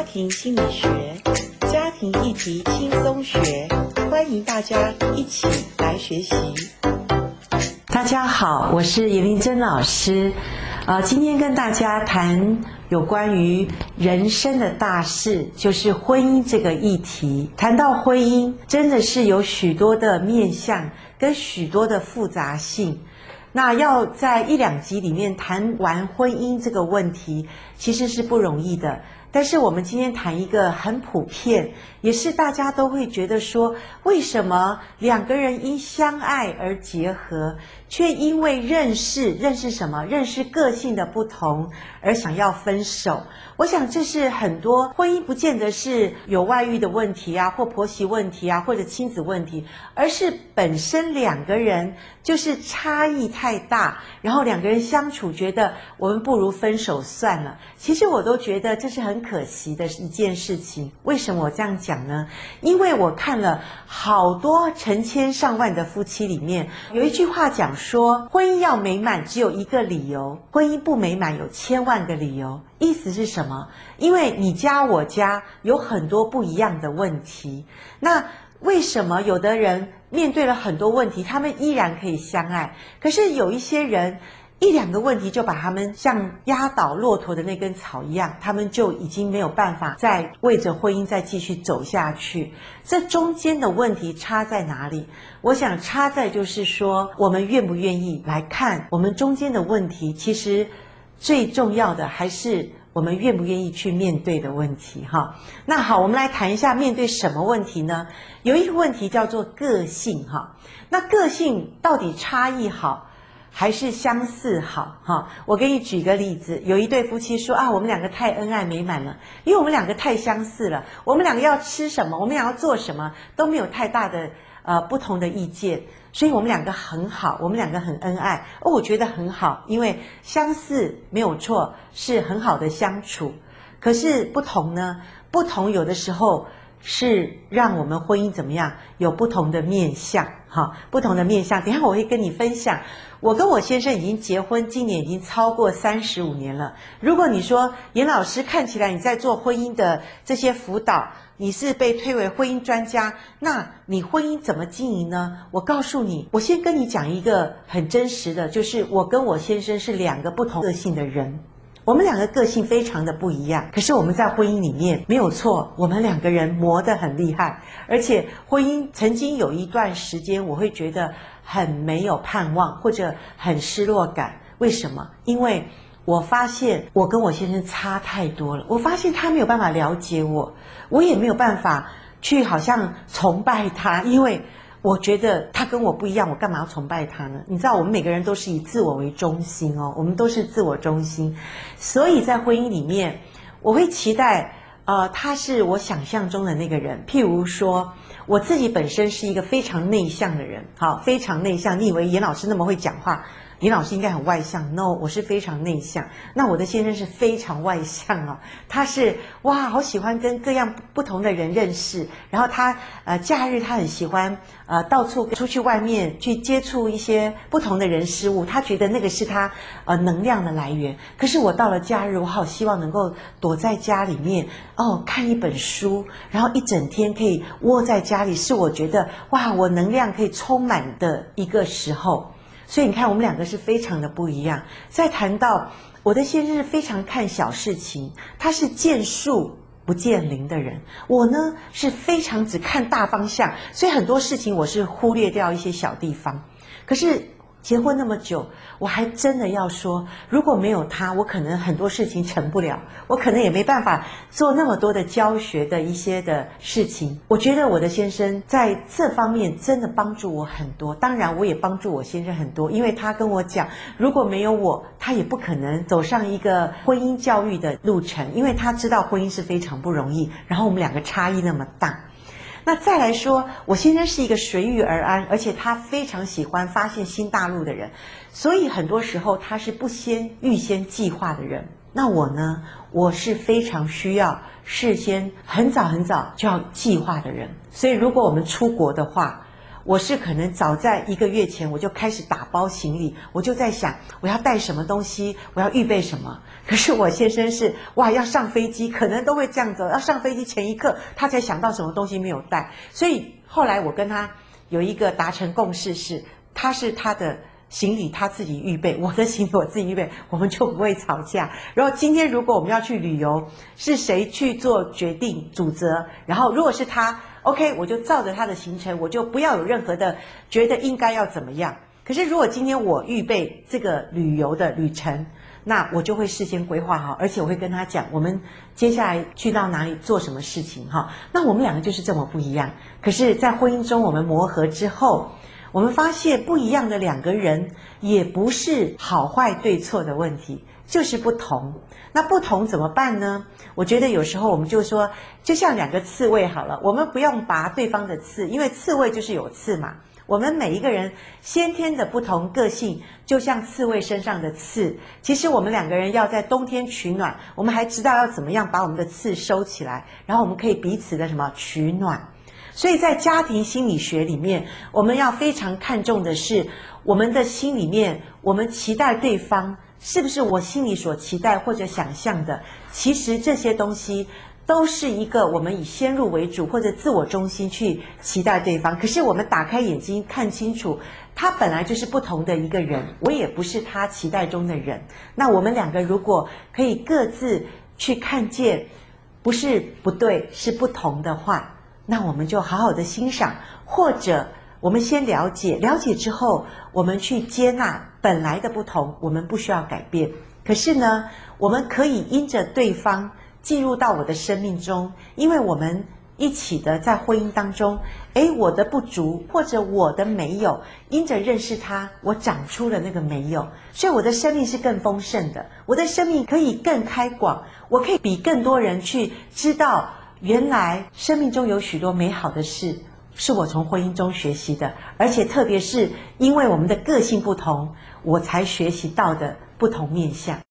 庭心理学，家庭议题轻松学，欢迎大家一起来学习。大家好，我是严玲珍老师。今天跟大家谈有关于人生的大事，就是婚姻这个议题。谈到婚姻，真的是有许多的面向跟许多的复杂性。那要在一两集里面谈完婚姻这个问题，其实是不容易的。但是我们今天谈一个很普遍，也是大家都会觉得说，为什么两个人因相爱而结合，却因为认识什么？认识个性的不同而想要分手。我想这是很多婚姻不见得是有外遇的问题啊，或婆媳问题啊，或者亲子问题，而是本身两个人就是差异太大，然后两个人相处觉得我们不如分手算了。其实我都觉得这是很可惜的一件事情。为什么我这样讲呢？因为我看了好多成千上万的夫妻里面，有一句话讲说，婚姻要美满只有一个理由，婚姻不美满有千万个理由。意思是什么？因为你家我家有很多不一样的问题，那为什么有的人面对了很多问题，他们依然可以相爱，可是有一些人一两个问题就把他们像压倒骆驼的那根草一样，他们就已经没有办法再为着婚姻再继续走下去。这中间的问题差在哪里？我想差在就是说，我们愿不愿意来看我们中间的问题，其实最重要的还是我们愿不愿意去面对的问题哈。那好，我们来谈一下面对什么问题呢？有一个问题叫做个性哈。那个性到底差异好还是相似好哈？我给你举个例子，有一对夫妻说啊，我们两个太恩爱美满了，因为我们两个太相似了，我们两个要吃什么，我们两个要做什么都没有太大的不同的意见，所以我们两个很好，我们两个很恩爱。我觉得很好，因为相似没有错，是很好的相处。可是不同呢？不同有的时候是让我们婚姻怎么样？有不同的面向哈，不同的面向。等一下我会跟你分享。我跟我先生已经结婚，今年已经超过35年了。如果你说严老师看起来你在做婚姻的这些辅导，你是被推为婚姻专家，那你婚姻怎么经营呢？我告诉你，我先跟你讲一个很真实的，就是我跟我先生是两个不同个性的人。我们两个个性非常的不一样，可是我们在婚姻里面没有错，我们两个人磨得很厉害，而且婚姻曾经有一段时间我会觉得很没有盼望，或者很失落感。为什么？因为我发现我跟我先生差太多了，我发现他没有办法了解我，我也没有办法去好像崇拜他，因为我觉得他跟我不一样，我干嘛要崇拜他呢？你知道我们每个人都是以自我为中心哦，我们都是自我中心，所以在婚姻里面我会期待他是我想象中的那个人。譬如说我自己本身是一个非常内向的人，好，非常内向。你以为严老师那么会讲话，严老师应该很外向 ？No， 我是非常内向。那我的先生是非常外向哦，他是哇，好喜欢跟各样不同的人认识。然后他假日他很喜欢到处出去外面去接触一些不同的人事物，他觉得那个是他能量的来源。可是我到了假日，我好希望能够躲在家里面看一本书，然后一整天可以窝在家里，是我觉得哇，我能量可以充满的一个时候。所以你看我们两个是非常的不一样。再谈到我的先生是非常看小事情，他是见树不见林的人，我呢是非常只看大方向，所以很多事情我是忽略掉一些小地方。可是结婚那么久，我还真的要说，如果没有他，我可能很多事情成不了，我可能也没办法做那么多的教学的一些的事情。我觉得我的先生在这方面真的帮助我很多，当然我也帮助我先生很多，因为他跟我讲，如果没有我，他也不可能走上一个婚姻教育的路程，因为他知道婚姻是非常不容易，然后我们两个差异那么大。那再来说，我先生是一个随遇而安，而且他非常喜欢发现新大陆的人，所以很多时候他是不预先计划的人。那我呢，我是非常需要事先很早就要计划的人。所以如果我们出国的话， 我是可能早在1个月前我就开始打包行李，我就在想我要带什么东西，我要预备什么。可是我先生是哇，要上飞机可能都会这样子，要上飞机前一刻他才想到什么东西没有带。所以后来我跟他有一个达成共识是，他的行李他自己预备，我的行李我自己预备，我们就不会吵架。然后今天如果我们要去旅游，是谁去做决定主责，然后如果是他 OK， 我就照着他的行程，我就不要有任何的觉得应该要怎么样。可是如果今天我预备这个旅游的旅程，那我就会事先规划好，而且我会跟他讲我们接下来去到哪里做什么事情哈。那我们两个就是这么不一样。可是在婚姻中我们磨合之后，我们发现不一样的2个人也不是好坏对错的问题，就是不同。那不同怎么办呢？我觉得有时候我们就说，就像2个刺猬好了，我们不用拔对方的刺，因为刺猬就是有刺嘛。我们每一个人先天的不同个性，就像刺猬身上的刺。其实我们2个人要在冬天取暖，我们还知道要怎么样把我们的刺收起来，然后我们可以彼此的什么取暖。所以在家庭心理学里面，我们要非常看重的是我们的心里面，我们期待对方是不是我心里所期待或者想象的。其实这些东西都是一个我们以先入为主或者自我中心去期待对方。可是我们打开眼睛看清楚，他本来就是不同的一个人，我也不是他期待中的人。那我们2个如果可以各自去看见不是不对，是不同的话，那我们就好好的欣赏，或者我们先了解之后，我们去接纳本来的不同，我们不需要改变。可是呢，我们可以因着对方进入到我的生命中，因为我们一起的在婚姻当中，我的不足或者我的没有，因着认识他，我长出了那个没有，所以我的生命是更丰盛的，我的生命可以更开广，我可以比更多人去知道，原来生命中有许多美好的事是我从婚姻中学习的，而且特别是因为我们的个性不同，我才学习到的不同面向。